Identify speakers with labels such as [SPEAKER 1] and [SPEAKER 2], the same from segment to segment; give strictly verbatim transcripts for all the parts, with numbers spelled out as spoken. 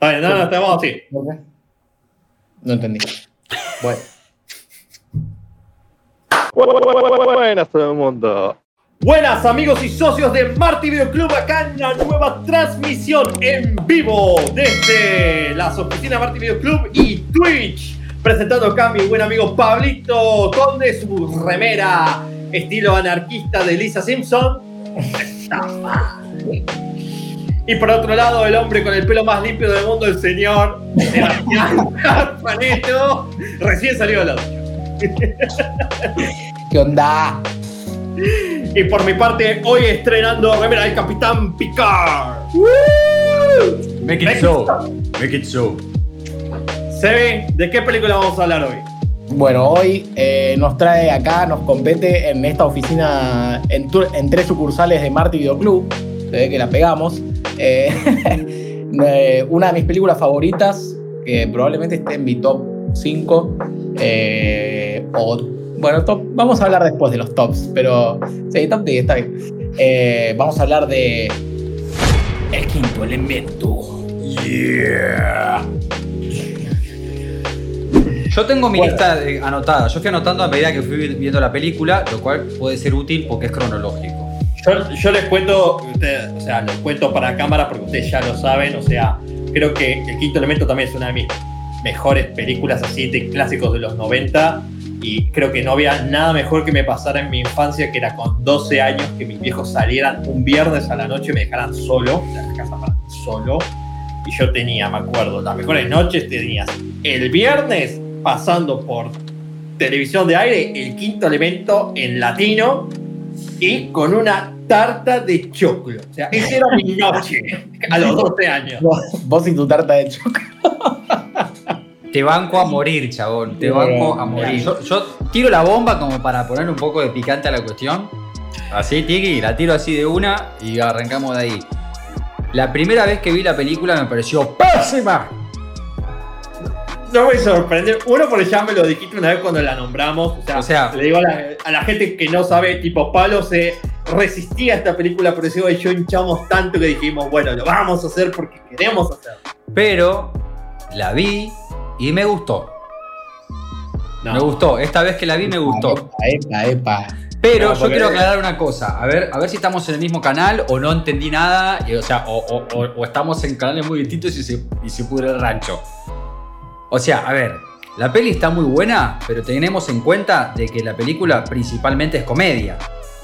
[SPEAKER 1] Está bien, no, no, estamos así.
[SPEAKER 2] No entendí. Bueno.
[SPEAKER 3] Buenas todo el mundo.
[SPEAKER 1] Buenas amigos y socios de Marty Video Club, acá en la nueva transmisión en vivo desde las oficinas de Marty Video Club y Twitch. Presentando acá a mi buen amigo Pablito Conde, su remera estilo anarquista de Lisa Simpson. Y por otro lado, el hombre con el pelo más limpio del mundo, el señor Sebastián Paneto, recién salido de la ducha.
[SPEAKER 2] ¿Qué onda?
[SPEAKER 1] Y por mi parte, hoy estrenando remera del Capitán Picard. ¡Woo!
[SPEAKER 4] Make it so. Make it so.
[SPEAKER 1] Sebi, ¿de qué película vamos a hablar hoy?
[SPEAKER 2] Bueno, hoy eh, nos trae acá, nos compete en esta oficina, en, tu, en tres sucursales de Marty Video Club. Se ve que la pegamos. Eh, eh, una de mis películas favoritas, que probablemente esté en mi top cinco. Eh, o, bueno, top, vamos a hablar después de los tops, pero sí, top diez está bien. Eh, vamos a hablar de El Quinto Elemento.
[SPEAKER 4] Yeah. Yo tengo mi
[SPEAKER 2] Bueno.
[SPEAKER 4] lista de- anotada. Yo fui anotando a medida que fui viendo la película, lo cual puede ser útil porque es cronológico.
[SPEAKER 1] Yo, yo les cuento, ustedes, o sea, los cuento para cámara porque ustedes ya lo saben. O sea, creo que El Quinto Elemento también es una de mis mejores películas así de clásicos de los noventa. Y creo que no había nada mejor que me pasara en mi infancia, que era con doce años, que mis viejos salieran un viernes a la noche y me dejaran solo, en la casa para solo. Y yo tenía, me acuerdo, las mejores noches tenías el viernes pasando por televisión de aire El Quinto Elemento en latino y con una tarta de choclo. O sea, esa era mi noche a los doce años.
[SPEAKER 2] Vos, vos y tu tarta de chocolate.
[SPEAKER 4] Te banco a morir, chabón. Te
[SPEAKER 2] Bueno,
[SPEAKER 4] banco a morir. Yo, yo tiro la bomba como para poner un poco de picante a la cuestión. Así, Tiki, la tiro así de una y arrancamos de ahí. La primera vez que vi la película me pareció pésima.
[SPEAKER 1] No me sorprende. Uno, porque ya me lo dijiste una vez cuando la nombramos. O sea,
[SPEAKER 4] O sea,
[SPEAKER 1] le digo a la, a la gente que no sabe, tipo, Pablo se resistía a esta película, pero yo y yo hinchamos tanto que dijimos, bueno, lo vamos a hacer porque queremos hacerlo.
[SPEAKER 4] Pero la vi y me gustó.
[SPEAKER 1] No.
[SPEAKER 4] Me gustó. Esta vez que la vi me gustó.
[SPEAKER 2] Epa, epa, epa.
[SPEAKER 4] Pero
[SPEAKER 1] No,
[SPEAKER 4] yo
[SPEAKER 1] porque-
[SPEAKER 4] quiero aclarar una cosa. A ver, a ver si estamos en el mismo canal o no entendí nada. y, O sea, o, o- o- o estamos en canales muy distintos y se, y se pudre el rancho. O sea, a ver, la peli está muy buena, pero tenemos en cuenta de que la película principalmente es comedia.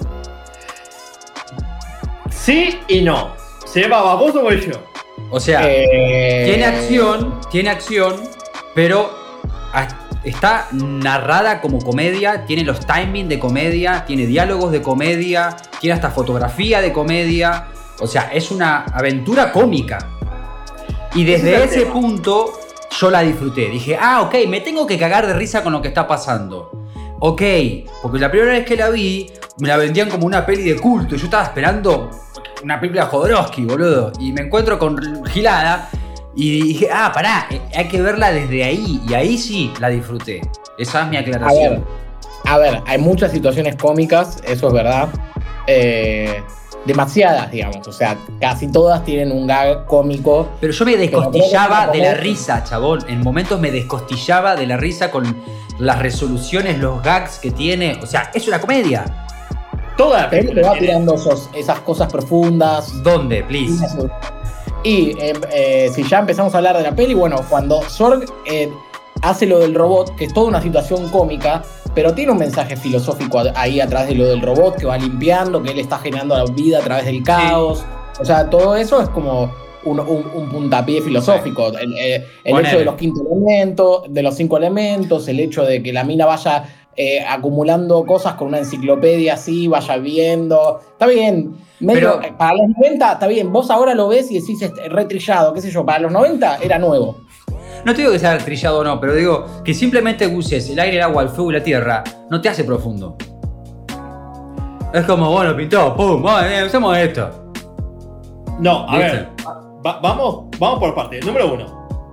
[SPEAKER 1] Sí y no. ¿Seba, va vos o voy yo?
[SPEAKER 4] O sea,
[SPEAKER 2] Eh,
[SPEAKER 4] tiene acción, tiene acción, pero a- está narrada como comedia, tiene los timings de comedia, tiene diálogos de comedia, tiene hasta fotografía de comedia. O sea, es una aventura cómica. Y desde
[SPEAKER 1] Ese es el
[SPEAKER 4] ese
[SPEAKER 1] tema.
[SPEAKER 4] punto yo la disfruté. Dije, ah, ok, me tengo que cagar de risa con lo que está pasando. Ok, porque la primera vez que la vi, me la vendían como una peli de culto. Yo estaba esperando una película de Jodorowsky, boludo. Y me encuentro con Gilada y dije, ah, pará, eh, hay que verla desde ahí. Y ahí sí la disfruté. Esa es mi
[SPEAKER 2] A ver,
[SPEAKER 4] aclaración.
[SPEAKER 2] a ver, hay muchas situaciones cómicas, eso es verdad. Eh, demasiadas, digamos. O sea, casi todas tienen un gag cómico.
[SPEAKER 4] Pero yo me
[SPEAKER 2] creo que
[SPEAKER 4] descostillaba
[SPEAKER 2] es una
[SPEAKER 4] de la
[SPEAKER 2] comedia.
[SPEAKER 4] risa, chabón. En momentos me descostillaba de la risa con las resoluciones, los gags que tiene. O sea, es una comedia.
[SPEAKER 1] Toda la
[SPEAKER 2] Pero te
[SPEAKER 1] película
[SPEAKER 2] va
[SPEAKER 1] tiene-
[SPEAKER 2] tirando esos, esas cosas profundas.
[SPEAKER 4] ¿Dónde, please?
[SPEAKER 2] Y eh, eh, si ya empezamos a hablar de la peli, bueno, cuando Sorg eh, hace lo del robot, que es toda una situación cómica, pero tiene un mensaje filosófico ahí atrás de lo del robot que va limpiando, que él está generando la vida a través del caos. O sea, todo eso es como un, un- un puntapié filosófico. El, eh, el
[SPEAKER 4] Ponele.
[SPEAKER 2] hecho de los quinto elementos, de los cinco elementos, el hecho de que la mina vaya eh, acumulando cosas con una enciclopedia así, vaya viendo. Está bien. Medio,
[SPEAKER 4] Pero-
[SPEAKER 2] para los noventa, está bien. Vos ahora lo ves y decís este, retrillado, qué sé yo. Para los noventa era nuevo.
[SPEAKER 4] No te digo que sea trillado o no, pero digo que simplemente uses el aire, el agua, el fuego y la tierra no te hace profundo. Es como, bueno, pintó, pum, bueno, eh, hacemos esto.
[SPEAKER 1] No, a
[SPEAKER 4] ¿Viste?
[SPEAKER 1] ver, va- vamos, vamos por partes. Número uno,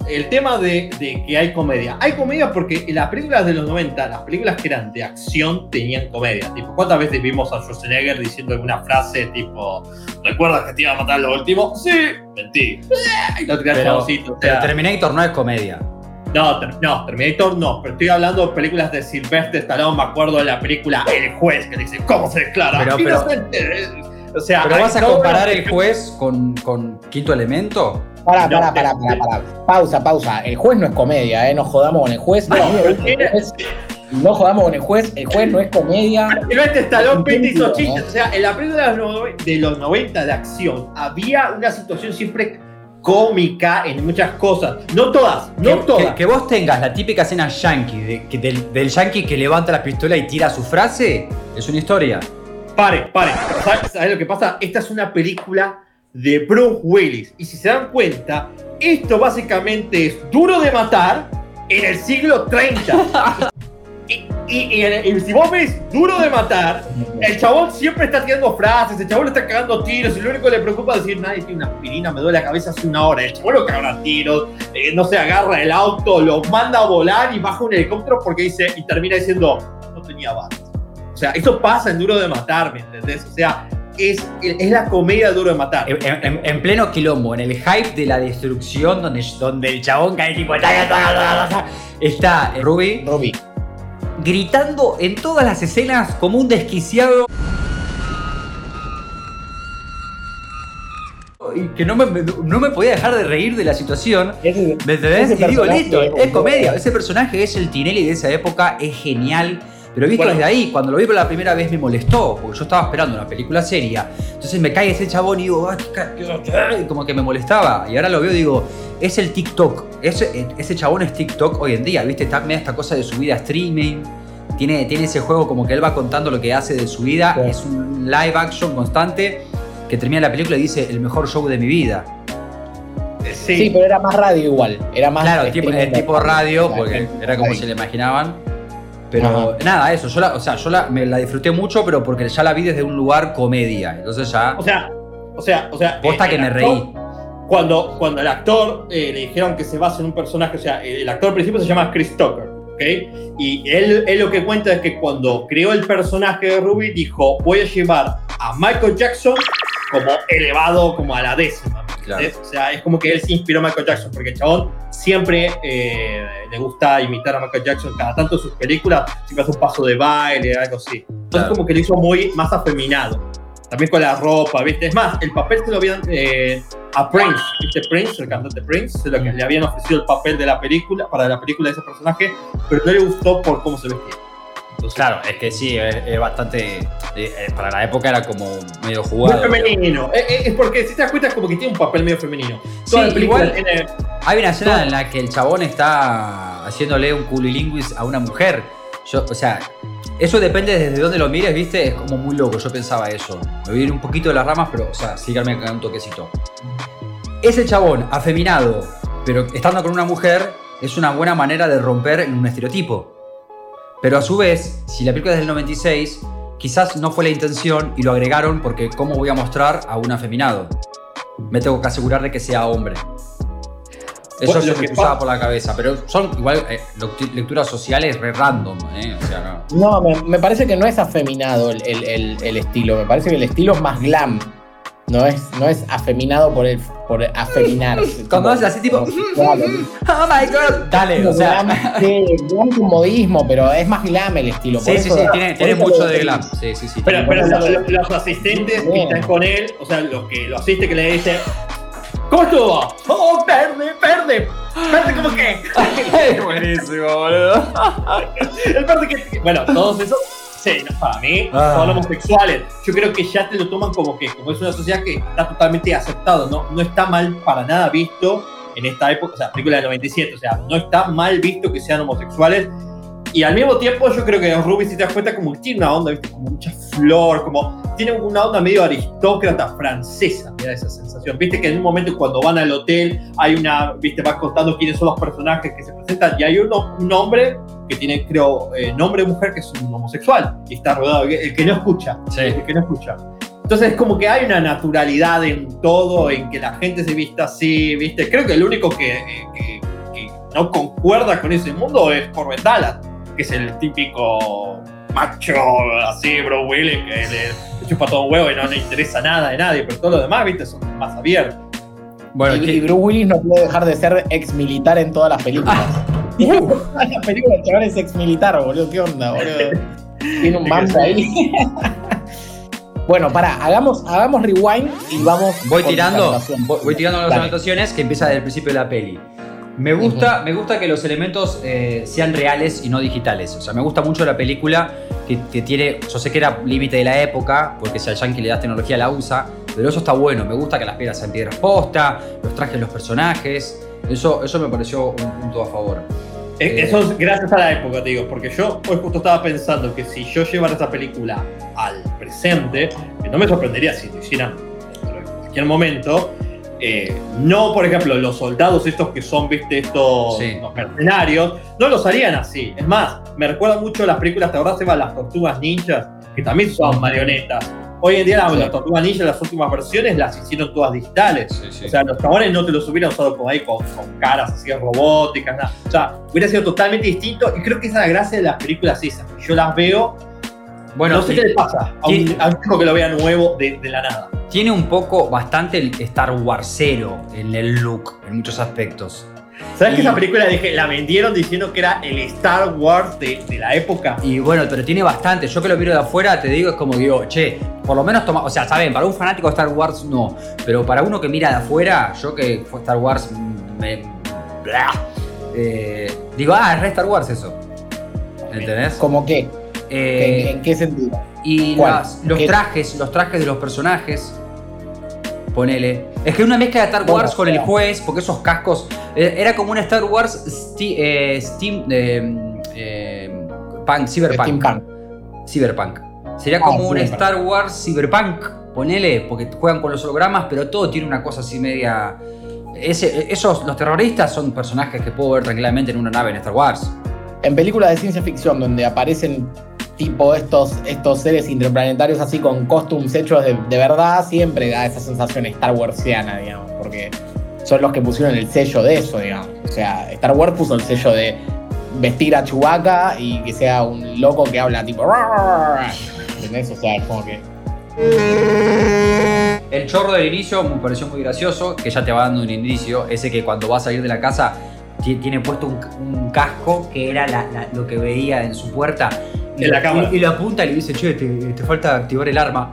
[SPEAKER 1] el tema de, de que hay comedia. Hay comedia porque las películas de los noventa, las películas que eran de acción, tenían comedia. Tipo, ¿cuántas veces vimos a Schwarzenegger diciendo alguna frase tipo, ¿recuerdas que te iba a matar lo último? Sí, mentí. Y no te quedas famosito. O sea,
[SPEAKER 4] pero Terminator no es comedia.
[SPEAKER 1] No, ter, no, Terminator no, pero estoy hablando de películas de Sylvester Stallone. Me acuerdo de la película El Juez, que dice, ¿cómo se declara?
[SPEAKER 4] Pero, pero,
[SPEAKER 1] o sea,
[SPEAKER 4] ¿pero vas a comparar El Juez con, con Quinto Elemento?
[SPEAKER 2] Pará, pará, pará, pará, pará. Pausa, pausa. El Juez no es comedia, ¿eh? No jodamos con el Juez. No, no, el juez, no jodamos con el Juez. El Juez no es comedia.
[SPEAKER 1] Sylvester Stallone Pete hizo chistes. O sea, en la película de los noventa de acción había una situación siempre cómica en muchas cosas. No todas, no
[SPEAKER 4] que,
[SPEAKER 1] todas.
[SPEAKER 4] Que, que vos tengas la típica escena yankee, de, que del, del yankee que levanta la pistola y tira su frase, es una historia.
[SPEAKER 1] Pare, pare. ¿Sabes, ¿Sabes lo que pasa? Esta es una película de Bruce Willis. Y si se dan cuenta, esto básicamente es Duro de Matar en el siglo treinta. y, y, y, y si vos ves Duro de Matar, el chabón siempre está tirando frases, el chabón le está cagando tiros y lo único que le preocupa es decir, nadie tiene una aspirina, me duele la cabeza hace una hora. El chabón lo caga tiros, eh, no se agarra el auto, lo manda a volar y baja un helicóptero porque dice, y termina diciendo, no tenía balas. O sea, eso pasa en Duro de Matar, ¿me entendés? O sea, es, es la comedia de Duro de Matar.
[SPEAKER 4] En, en, en pleno quilombo, en el hype de la destrucción, donde, donde el chabón cae tipo... Está Ruby,
[SPEAKER 2] Ruby
[SPEAKER 4] gritando en todas las escenas como un desquiciado. Y que no me, no me podía dejar de reír de la situación.
[SPEAKER 2] Ese,
[SPEAKER 4] ¿Me entendés? Y digo, listo, es, es comedia.
[SPEAKER 2] Bueno.
[SPEAKER 4] Ese personaje es el Tinelli de esa época, es genial. Pero visto bueno, desde ahí, cuando lo vi por la primera vez me molestó, porque yo estaba esperando una película seria. Entonces me cae ese chabón y digo, ay, como que me molestaba. Y ahora lo veo y digo, es el TikTok. Ese, ese chabón es TikTok hoy en día, ¿viste? Está media esta cosa de su vida streaming. Tiene, tiene ese juego como que él va contando lo que hace de su vida. Sí. Es un live action constante que termina la película y dice, el mejor show de mi vida.
[SPEAKER 2] Sí, sí, pero era más radio igual. Era más
[SPEAKER 4] claro, tipo, el tipo radio, porque era como se le imaginaban. Pero ajá, nada, eso, yo la, o sea, yo la, me la disfruté mucho, pero porque ya la vi desde un lugar comedia. Entonces ya.
[SPEAKER 1] O sea, o sea, o sea.
[SPEAKER 4] Posta eh, que me
[SPEAKER 1] actor,
[SPEAKER 4] reí.
[SPEAKER 1] Cuando, cuando el actor eh, le dijeron que se basa en un personaje, o sea, el actor al principio se llama Chris Tucker, ¿ok? Y él, él lo que cuenta es que cuando creó el personaje de Ruby, dijo: voy a llevar a Michael Jackson como elevado, como a la décima. Claro. O sea, es como que él se inspiró a Michael Jackson, porque el chabón siempre eh, le gusta imitar a Michael Jackson. Cada tanto en sus películas siempre hace un paso de baile, algo así. Entonces claro, como que lo hizo muy más afeminado. También con la ropa, ¿viste? Es más, el papel se lo habían eh, a Prince, ¿viste? Prince, el cantante Prince, se lo que le habían ofrecido el papel de la película, para la película de ese personaje, pero no le gustó por cómo se vestía.
[SPEAKER 4] Entonces, claro, es que sí, es, es bastante. Eh, para la época era como medio jugado.
[SPEAKER 1] Muy femenino. Es, es porque si te das cuenta, es como que tiene un papel medio femenino.
[SPEAKER 4] Toda sí, igual. Tiene... Hay una escena en la que el chabón está haciéndole un culilingüis a una mujer. Yo, o sea, eso depende desde dónde lo mires, ¿viste? Es como muy loco. Yo pensaba eso. Me voy a ir un poquito de las ramas, pero, o sea, síganme acá un toquecito. Ese chabón afeminado, pero estando con una mujer, es una buena manera de romper en un estereotipo. Pero a su vez, si la película es del noventa y seis, quizás no fue la intención y lo agregaron porque ¿cómo voy a mostrar a un afeminado? Me tengo que asegurar de que sea hombre. Eso bueno, se me cruzaba por la cabeza, pero son igual eh, lecturas sociales re random, ¿eh? O sea,
[SPEAKER 2] no, no me, me parece que no es afeminado el, el, el, el estilo, me parece que el estilo es más glam. No es, no es afeminado por, el, por afeminar.
[SPEAKER 4] Cuando haces así tipo,
[SPEAKER 2] claro.
[SPEAKER 4] Oh my god, dale, o sea.
[SPEAKER 2] Sí, glam es un modismo, pero es más glam el estilo.
[SPEAKER 4] Sí, sí, sí, tiene, tiene mucho de glam. Sí, sí, sí.
[SPEAKER 1] Pero, pero los, los, los asistentes que están con él, o sea, los que lo asiste que le dicen, ¿cómo estuvo? Oh, verde, verde. Verde, ¿cómo qué?
[SPEAKER 4] Buenísimo, boludo.
[SPEAKER 1] El verde que. Bueno, todos esos. Sí, no, para mí ah. son homosexuales. Yo creo que ya te lo toman como que, como es una sociedad que está totalmente aceptado, no, no está mal para nada visto en esta época, o sea, película del noventa y siete, o sea, no está mal visto que sean homosexuales. Y al mismo tiempo yo creo que Ruby, si te das cuenta, como que tiene una onda, ¿viste? Como mucha flor, como tiene una onda medio aristócrata francesa, mira esa sensación. Viste que en un momento cuando van al hotel hay una, viste, vas contando quiénes son los personajes que se presentan y hay uno, un hombre que tiene, creo, eh, nombre de mujer que es un homosexual y está rodeado, el que no escucha, sí. el que no escucha. Entonces es como que hay una naturalidad en todo, en que la gente se vista así, ¿viste? Creo que el único que, que, no concuerda con ese mundo es Corbin Dallas, que es el típico macho así, Bruce Willis, que le, le chupa todo un huevo y no le interesa nada de nadie, pero todo lo demás, viste, son más abiertos.
[SPEAKER 2] Bueno, y, y Bruce Willis no puede dejar de ser ex militar en todas las películas. En todas las películas el chaval es ex militar, boludo, ¿qué onda, boludo? Tiene un mando ahí. Bueno, pará, hagamos, hagamos rewind y vamos.
[SPEAKER 4] Voy tirando, voy, voy tirando las anotaciones que empieza desde el principio de la peli. Me gusta, uh-huh. me gusta que los elementos eh, sean reales y no digitales. O sea, me gusta mucho la película que, que tiene. Yo sé que era límite de la época, porque si al yankee le das tecnología la usa, pero eso está bueno. Me gusta que las piedras sean piedras posta, los trajes de los personajes. Eso, eso me pareció un punto a favor.
[SPEAKER 1] Eso es gracias a la época, te digo, porque yo hoy justo estaba pensando que si yo llevara esa película al presente, que no me sorprendería si lo hicieran en cualquier momento. Eh, no, por ejemplo, los soldados estos que son, viste, estos sí. los mercenarios, no los harían así. Es más, me recuerda mucho las películas, ¿te acordás, Eva? Las Tortugas Ninjas, que también son marionetas. Hoy en día las, sí. las Tortugas Ninjas, las últimas versiones, las hicieron todas digitales. Sí, sí. O sea, los chabones no te los hubieran usado como ahí con, con caras así robóticas, nada. O sea, hubiera sido totalmente distinto y creo que esa es la gracia de las películas esas. Yo las veo, bueno, no sé qué le pasa a un, a un chico que lo vea nuevo de, de la nada.
[SPEAKER 4] Tiene un poco, bastante el Star Warsero en el look, en muchos aspectos.
[SPEAKER 1] ¿Sabes
[SPEAKER 4] y,
[SPEAKER 1] que esa película dije, la vendieron diciendo que era el Star Wars de, de la época?
[SPEAKER 4] Y bueno, pero tiene bastante. Yo que lo miro de afuera, te digo, es como digo, che, por lo menos toma. O sea, saben, para un fanático de Star Wars no. Pero para uno que mira de afuera, yo que fue Star Wars, me. Blah, eh, digo, ah, es re Star Wars eso. ¿Entendés?
[SPEAKER 2] ¿Cómo qué?
[SPEAKER 4] Eh,
[SPEAKER 2] ¿En, ¿En qué sentido?
[SPEAKER 4] Y las, los ¿Qué? trajes, los trajes de los personajes. Ponele. Es que una mezcla de Star Wars bueno, con el juez, porque esos cascos. Eh, era como una Star Wars sti, eh, Steam. Eh, eh, punk, Cyberpunk. Steampunk. Cyberpunk. Sería como oh, un Cyberpunk. Star Wars Cyberpunk. Ponele, porque juegan con los hologramas, pero todo tiene una cosa así media. Ese, esos, los terroristas son personajes que puedo ver tranquilamente en una nave en Star Wars.
[SPEAKER 2] En películas de ciencia ficción donde aparecen tipo estos, estos seres interplanetarios así con costumes hechos de, de verdad, siempre da esa sensación Star Warsiana, digamos, porque son los que pusieron el sello de eso, digamos. O sea, Star Wars puso el sello de vestir a Chewbacca y que sea un loco que habla tipo... ¿Entendés? O sea, es como que...
[SPEAKER 4] El chorro del inicio me pareció muy gracioso, que ya te va dando un indicio, ese que cuando va a salir de la casa tiene puesto un, un casco que era la, la, lo que veía en su puerta.
[SPEAKER 1] Y, la cámara.
[SPEAKER 4] Y, y lo apunta y le dice, che, te, te falta activar el arma.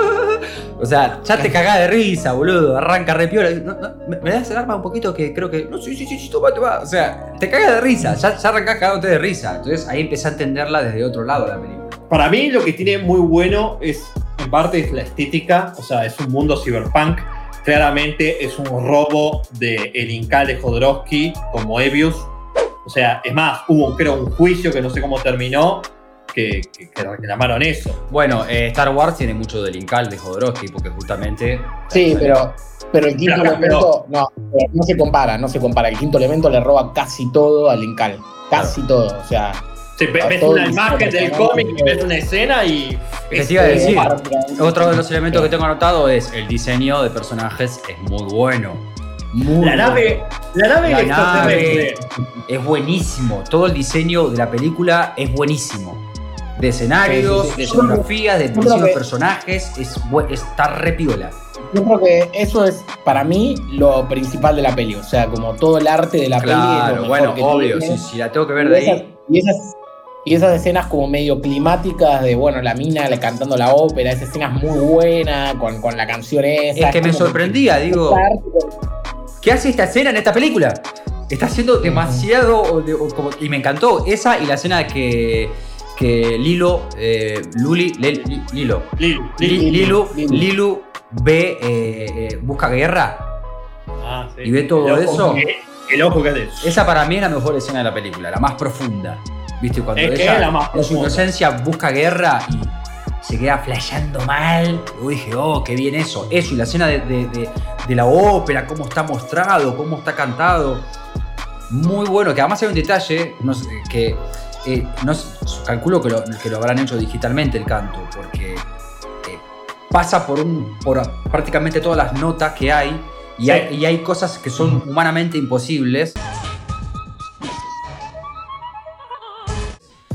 [SPEAKER 4] O sea, ya te cagás de risa, boludo. Arranca re piola. No, no, ¿me, ¿Me das el arma un poquito? Que creo que... No, sí, sí, sí, sí, toma, toma. O sea, te cagas de risa. Ya, ya arrancás cagándote de risa. Entonces ahí empecé a entenderla desde otro lado la película.
[SPEAKER 1] Para mí lo que tiene muy bueno es, en parte, es la estética. O sea, es un mundo cyberpunk. Claramente es un robo de el Incal de Jodorowsky como Moebius. O sea, es más, hubo, creo, un juicio que no sé cómo terminó, que, que, que reclamaron eso.
[SPEAKER 4] Bueno, eh, Star Wars tiene mucho del Incal de Jodorowsky, porque justamente...
[SPEAKER 2] Sí, pero, pero el quinto pero, elemento pero, no, no se compara, no se compara. El quinto elemento le roba casi todo al Incal. Casi claro. todo, o sea...
[SPEAKER 1] Sí, ves una imagen del cómic y ves una escena y...
[SPEAKER 4] Que te iba a decir, otro de los elementos que tengo anotado es el diseño de personajes es muy bueno. Muy
[SPEAKER 1] la nave, la nave,
[SPEAKER 4] la nave es buenísimo. Todo el diseño de la película es buenísimo. De escenarios, sí, sí, sí. de escenografías, de diseño de personajes, es, está re piola.
[SPEAKER 2] Yo creo que eso es, para mí, lo principal de la peli. O sea, como todo el arte de la
[SPEAKER 4] claro,
[SPEAKER 2] peli es lo mejor
[SPEAKER 4] bueno,
[SPEAKER 2] que
[SPEAKER 4] obvio,
[SPEAKER 2] tiene.
[SPEAKER 4] si, si la tengo que ver de
[SPEAKER 2] y esas,
[SPEAKER 4] ahí.
[SPEAKER 2] Y esas, y esas escenas como medio climáticas de, bueno, la mina le cantando la ópera, esa escena es muy buena, con, con la canción esa.
[SPEAKER 4] Es que me sorprendía, que, digo... ¿Qué hace esta escena en esta película? Está haciendo demasiado... De, como, y me encantó esa y la escena que... que Lilo, eh, Luli, Le, Lilo,
[SPEAKER 1] Lilu,
[SPEAKER 4] Lilu, Lilu, Lilu ve, eh, eh, busca guerra
[SPEAKER 1] ah, sí.
[SPEAKER 4] y ve todo
[SPEAKER 1] el
[SPEAKER 4] eso.
[SPEAKER 1] Que, el ojo que es de eso.
[SPEAKER 4] Esa para mí es la mejor escena de la película, la más profunda. ¿Viste? Cuando
[SPEAKER 1] es
[SPEAKER 4] ella
[SPEAKER 1] es la más
[SPEAKER 4] en su inocencia busca guerra y se queda flasheando mal. Yo dije, oh, qué bien eso. Eso y la escena de, de, de, de la ópera, cómo está mostrado, cómo está cantado. Muy bueno, que además hay un detalle no sé, que... Eh, no, calculo que lo, que lo habrán hecho digitalmente el canto, porque eh, pasa por, un, por prácticamente todas las notas que hay y, sí. hay y hay cosas que son humanamente imposibles.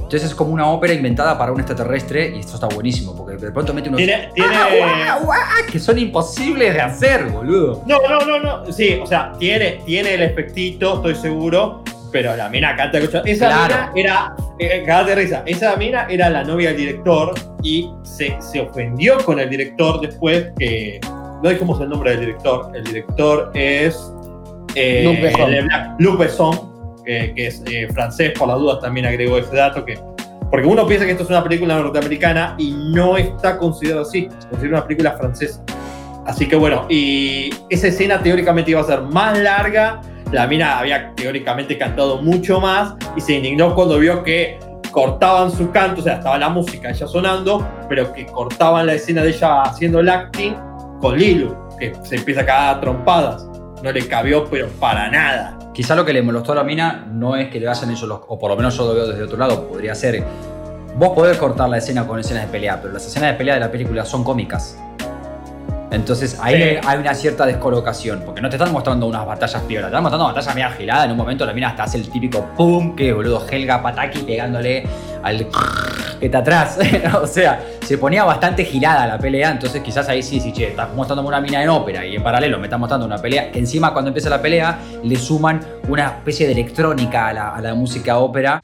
[SPEAKER 4] Entonces es como una ópera inventada para un extraterrestre y esto está buenísimo porque de pronto mete unos...
[SPEAKER 1] Tiene, tiene...
[SPEAKER 4] ¡Ah, guau, guau! Que son imposibles de hacer, boludo.
[SPEAKER 1] No, no, no, no. Sí, o sea, tiene, tiene el efectito, estoy seguro, pero la mina canta. Esa
[SPEAKER 4] Claro.
[SPEAKER 1] mina era... Eh, cagate de risa. Esa mina era la novia del director y se, se ofendió con el director después que... No dijimos el nombre del director. El director es... Eh,
[SPEAKER 2] Luc Besson.
[SPEAKER 1] el Black- Luc Besson. Que, que es eh, francés, por las dudas también agregó ese dato, que, porque uno piensa que esto es una película norteamericana y no está considerado así, se considera una película francesa. Así que bueno, y esa escena teóricamente iba a ser más larga, la mina había teóricamente cantado mucho más y se indignó cuando vio que cortaban su canto, o sea, estaba la música ella sonando, pero que cortaban la escena de ella haciendo el acting con Lilu, que se empieza a cagar a trompadas. No le cabió, pero para nada.
[SPEAKER 4] Quizá lo que le molestó a la mina no es que le hayan hecho los... O por lo menos yo lo veo desde otro lado, podría ser... Vos podés cortar la escena con escenas de pelea, pero las escenas de pelea de la película son cómicas. Entonces ahí
[SPEAKER 1] Sí.
[SPEAKER 4] hay una cierta descolocación, porque no te están mostrando unas batallas piolas, te están mostrando batallas media giladas. En un momento la mina hasta hace el típico pum, que boludo, Helga Pataki pegándole al que está atrás. O sea, se ponía bastante girada la pelea, entonces quizás ahí sí, sí, che, estás mostrándome una mina en ópera y en paralelo me estás mostrando una pelea, que encima cuando empieza la pelea le suman una especie de electrónica a la, a la música ópera.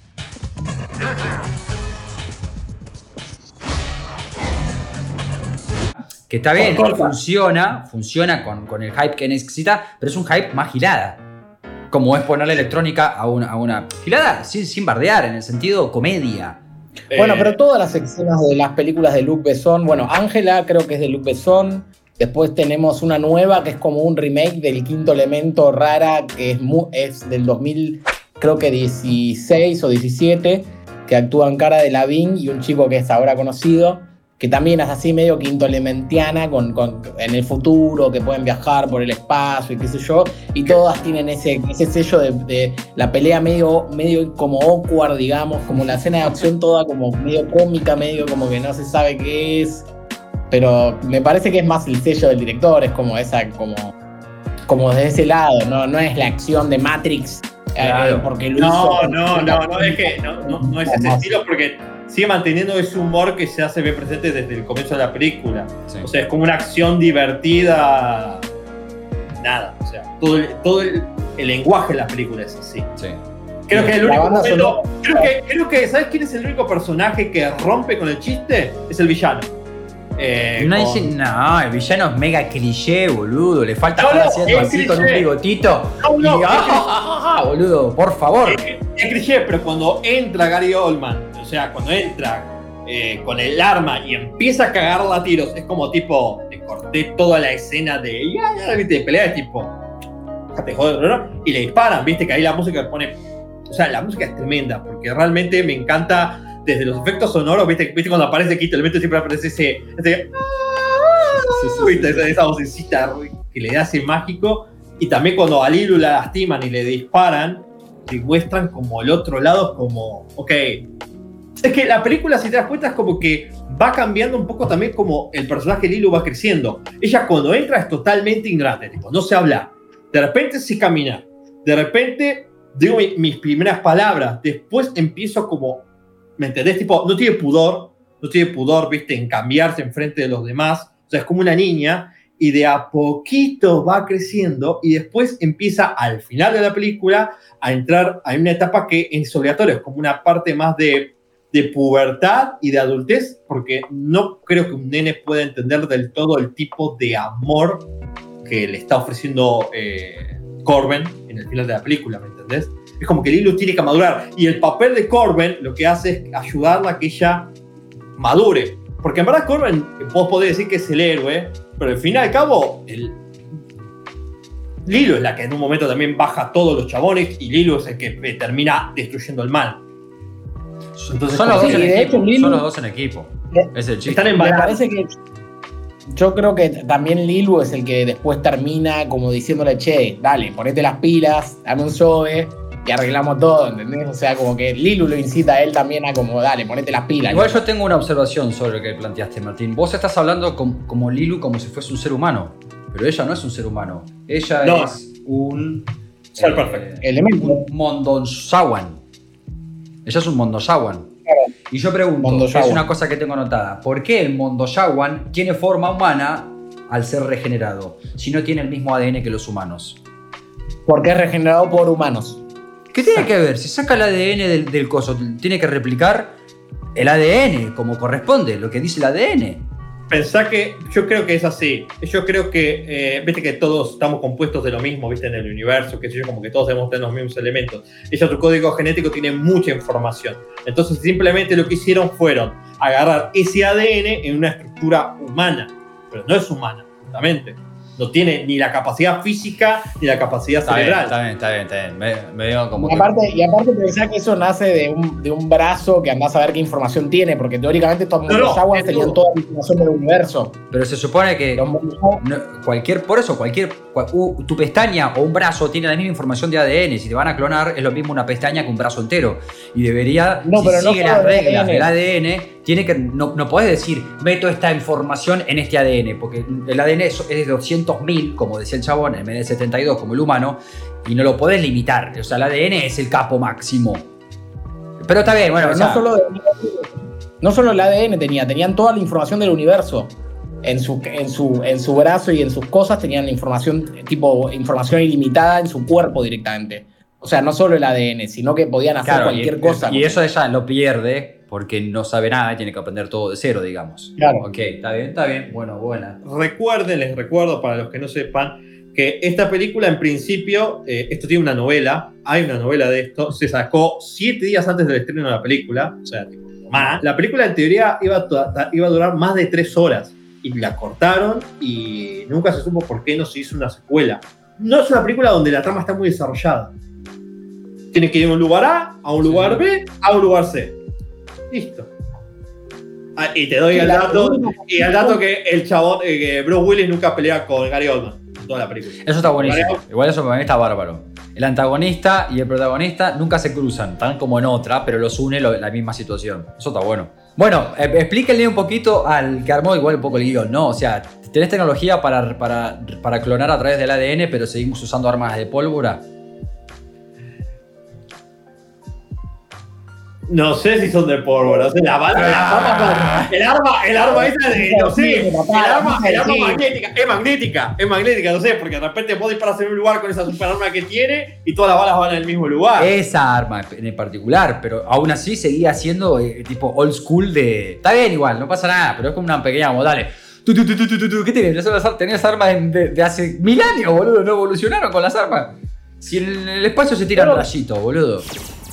[SPEAKER 4] Que está bien,
[SPEAKER 1] Corta.
[SPEAKER 4] funciona, funciona con, con el hype que necesita, pero es un hype más gilada. Como es ponerle electrónica a una, a una gilada sin, sin bardear, en el sentido comedia.
[SPEAKER 2] Bueno,
[SPEAKER 1] Eh,
[SPEAKER 2] pero todas las escenas de las películas de Luc Besson, bueno, Ángela creo que es de Luc Besson, después tenemos una nueva que es como un remake del Quinto Elemento rara, que es, mu- es del dos mil, creo que dieciséis o diecisiete, que actúan Cara Delevingne y un chico que es ahora conocido, que también es así medio quinto elementiana, con, con, en el futuro, que pueden viajar por el espacio y qué sé yo, y todas tienen ese, ese sello de, de la pelea medio, medio como awkward, digamos, como la escena de acción toda como medio cómica, medio como que no se sabe qué es, pero me parece que es más el sello del director, es como esa, como, como desde ese lado, no, no es la acción de Matrix,
[SPEAKER 4] Claro.
[SPEAKER 2] eh, porque lo
[SPEAKER 1] No,
[SPEAKER 2] hizo-
[SPEAKER 1] no, no, no, es que no, no, no es ese estilo porque sigue manteniendo ese humor que se hace bien presente desde el comienzo de la película.
[SPEAKER 4] Sí.
[SPEAKER 1] O sea, es como una acción divertida. Nada, o sea, todo el, todo el, el lenguaje de la película es así.
[SPEAKER 4] Sí.
[SPEAKER 1] Creo que el
[SPEAKER 2] La
[SPEAKER 1] único
[SPEAKER 2] banda
[SPEAKER 1] momento,
[SPEAKER 2] sonora-
[SPEAKER 1] creo que, creo que, ¿sabes quién es el único personaje que rompe con el chiste? Es el villano. Eh,
[SPEAKER 4] No,
[SPEAKER 1] con-
[SPEAKER 4] dice, no, el villano es mega cliché, boludo. Le falta
[SPEAKER 1] No,
[SPEAKER 4] estar
[SPEAKER 1] no,
[SPEAKER 4] haciendo
[SPEAKER 1] es
[SPEAKER 4] así con un
[SPEAKER 1] cliché.
[SPEAKER 4] bigotito.
[SPEAKER 1] No, no,
[SPEAKER 4] y,
[SPEAKER 1] es
[SPEAKER 4] ah, ah, ah, ah, boludo, por favor.
[SPEAKER 1] Es, es cliché, pero cuando entra Gary Oldman, o sea, cuando entra eh, con el arma y empieza a cagarla a tiros, es como tipo, te corté toda la escena de, ya, ya, viste, de pelea, es tipo, te joder, ¿no? Y le disparan, viste, que ahí la música pone, o sea, la música es tremenda, porque realmente me encanta, desde los efectos sonoros, viste, viste cuando aparece Quinto Elemento siempre aparece ese, ese
[SPEAKER 4] Sí, sí,
[SPEAKER 1] ¿viste? Esa, esa vocecita que le da ese mágico. Y también cuando a Lilu la lastiman y le disparan, te muestran como el otro lado, como, ok. Es que la película, si te das cuenta, es como que va cambiando un poco también como el personaje de Lilu va creciendo. Ella cuando entra es totalmente ignorante, tipo, no se habla. De repente sí camina. De repente digo mi- mis primeras palabras. Después empiezo como, ¿me entendés? Tipo, no tiene pudor, no tiene pudor, viste, en cambiarse enfrente de los demás. O sea, es como una niña y de a poquito va creciendo y después empieza al final de la película a entrar a una etapa que es obligatoria, es como una parte más de, de pubertad y de adultez, porque no creo que un nene pueda entender del todo el tipo de amor que le está ofreciendo eh, Corbin en el final de la película, ¿me entendés? Es como que Lilu tiene que madurar y el papel de Corbin lo que hace es ayudarla a que ella madure. Porque en verdad Corbin, vos podés decir que es el héroe, pero al fin y al cabo, el... Lilu es la que en un momento también baja a todos los chabones y Lilu es el que eh, termina destruyendo el mal. Entonces,
[SPEAKER 4] Son los
[SPEAKER 2] sí,
[SPEAKER 4] dos en
[SPEAKER 2] de
[SPEAKER 4] equipo.
[SPEAKER 2] hecho, Lilu-
[SPEAKER 4] Son los dos en equipo. Es el chiste.
[SPEAKER 1] están en
[SPEAKER 2] Me
[SPEAKER 1] balance.
[SPEAKER 2] parece que yo creo que también Lilu es el que después termina como diciéndole, che, dale, ponete las pilas, dame un sobe y arreglamos todo, ¿entendés? O sea, como que Lilu lo incita a él también a como, dale, ponete las pilas.
[SPEAKER 4] Igual
[SPEAKER 2] loco.
[SPEAKER 4] yo tengo una observación sobre lo que planteaste, Martín. Vos estás hablando com- como Lilu como si fuese un ser humano, pero ella no es un ser humano. Ella
[SPEAKER 1] No.
[SPEAKER 4] es un...
[SPEAKER 1] Ser perfecto.
[SPEAKER 2] Elemento.
[SPEAKER 4] Un Mondonsawan. Ella es un Mondonsawan.
[SPEAKER 2] Claro,
[SPEAKER 4] Y yo pregunto,
[SPEAKER 2] Mondoyawan.
[SPEAKER 4] es una cosa que tengo anotada, ¿por qué el Mondoyawan tiene forma humana al ser regenerado, si no tiene el mismo A D N que los humanos?
[SPEAKER 2] Porque es regenerado por humanos.
[SPEAKER 4] ¿Qué tiene que ver? Si saca el A D N del, del coso, tiene que replicar el A D N como corresponde, lo que dice el A D N.
[SPEAKER 1] Pensá que yo creo que es así. Yo creo que, eh, viste que todos estamos compuestos de lo mismo, viste, en el universo, qué sé yo, como que todos debemos tener los mismos elementos. Ella, tu código genético tiene mucha información. Entonces, simplemente lo que hicieron fueron agarrar ese A D N en una estructura humana. Pero no es humana, justamente. No tiene ni la capacidad física ni la capacidad
[SPEAKER 4] Está bien,
[SPEAKER 1] cerebral.
[SPEAKER 4] está bien, está bien, está bien. Me, me digo como
[SPEAKER 2] Y aparte, y aparte pensá que eso nace de un, de un brazo que andás a ver qué información tiene, porque teóricamente estos
[SPEAKER 1] No, no,
[SPEAKER 2] Mondoyawan
[SPEAKER 1] es
[SPEAKER 2] tenían
[SPEAKER 1] todo.
[SPEAKER 2] toda la información del universo.
[SPEAKER 4] que, pero se supone que
[SPEAKER 2] Los Mondoyawan-
[SPEAKER 4] no, cualquier, por eso, cualquier, cual- u- tu pestaña o un brazo tiene la misma información de A D N. Si te van a clonar, es lo mismo una pestaña que un brazo entero. Y debería,
[SPEAKER 2] No,
[SPEAKER 4] si
[SPEAKER 2] pero no
[SPEAKER 4] sigue
[SPEAKER 2] solo
[SPEAKER 4] las
[SPEAKER 2] el
[SPEAKER 4] reglas
[SPEAKER 2] A D N.
[SPEAKER 4] del A D N, tiene que, no, no podés decir, meto esta información en este A D N, porque el A D N es, es de doscientos mil, como decía el chabón, en vez de setenta y dos como el humano, y no lo podés limitar. O sea, el A D N es el capo máximo. Pero está bien, bueno,
[SPEAKER 2] Pero
[SPEAKER 4] o sea,
[SPEAKER 2] no, solo de- no solo el A D N tenía, tenían toda la información del universo. En su, en, su, en su brazo y en sus cosas tenían la información, tipo información ilimitada en su cuerpo directamente. O sea, no solo el A D N, sino que podían hacer
[SPEAKER 4] claro,
[SPEAKER 2] cualquier
[SPEAKER 4] y,
[SPEAKER 2] cosa.
[SPEAKER 4] y eso ella lo pierde porque no sabe nada y tiene que aprender todo de cero, digamos.
[SPEAKER 2] Claro.
[SPEAKER 4] Ok, está bien, está bien. Bueno, buena.
[SPEAKER 1] Recuerden, les recuerdo para los que no sepan, que esta película en principio, eh, esto tiene una novela, hay una novela de esto, se sacó siete días antes del estreno de la película, o sea, tipo, más. La película en teoría iba a, iba a durar más de tres horas y la cortaron y nunca se supo por qué no se hizo una secuela. No es una película donde la trama está muy desarrollada. Tiene que ir de un lugar A a un lugar B a un lugar C. Listo. Ah, y te doy el dato, y el dato que el chabón, eh, que Bruce Willis nunca pelea con Gary Oldman en toda la película.
[SPEAKER 4] Eso está buenísimo.
[SPEAKER 1] Vale.
[SPEAKER 4] Igual eso para mí está bárbaro. El antagonista y el protagonista nunca se cruzan, están como en otra, pero los une lo- la misma situación. Eso está bueno. Bueno, eh, explíquenle un poquito al que armó igual un poco el guión, ¿no? O sea, tenés tecnología para, para, para clonar a través del A D N, pero seguimos usando armas de pólvora.
[SPEAKER 1] No sé si son de pólvora, no sé, la bala,
[SPEAKER 4] Ah.
[SPEAKER 1] el arma, el arma esa de, no sé, el
[SPEAKER 2] Papá,
[SPEAKER 1] arma, el arma
[SPEAKER 2] sí.
[SPEAKER 1] magnética, es magnética, es magnética, no sé, porque de repente vos disparas en un lugar con esa super arma que tiene y todas las balas van al mismo lugar.
[SPEAKER 4] Esa arma en particular, pero aún así seguía siendo eh, tipo old school de... Está bien igual, no pasa nada, pero es como una pequeña como, dale. Tu, tu, tu, tu, tu, tu, tu. ¿Qué tenés? Tenés armas de, de hace mil años, boludo, no evolucionaron con las armas. Si en el espacio se tiran
[SPEAKER 2] Pero-
[SPEAKER 4] rayitos, boludo.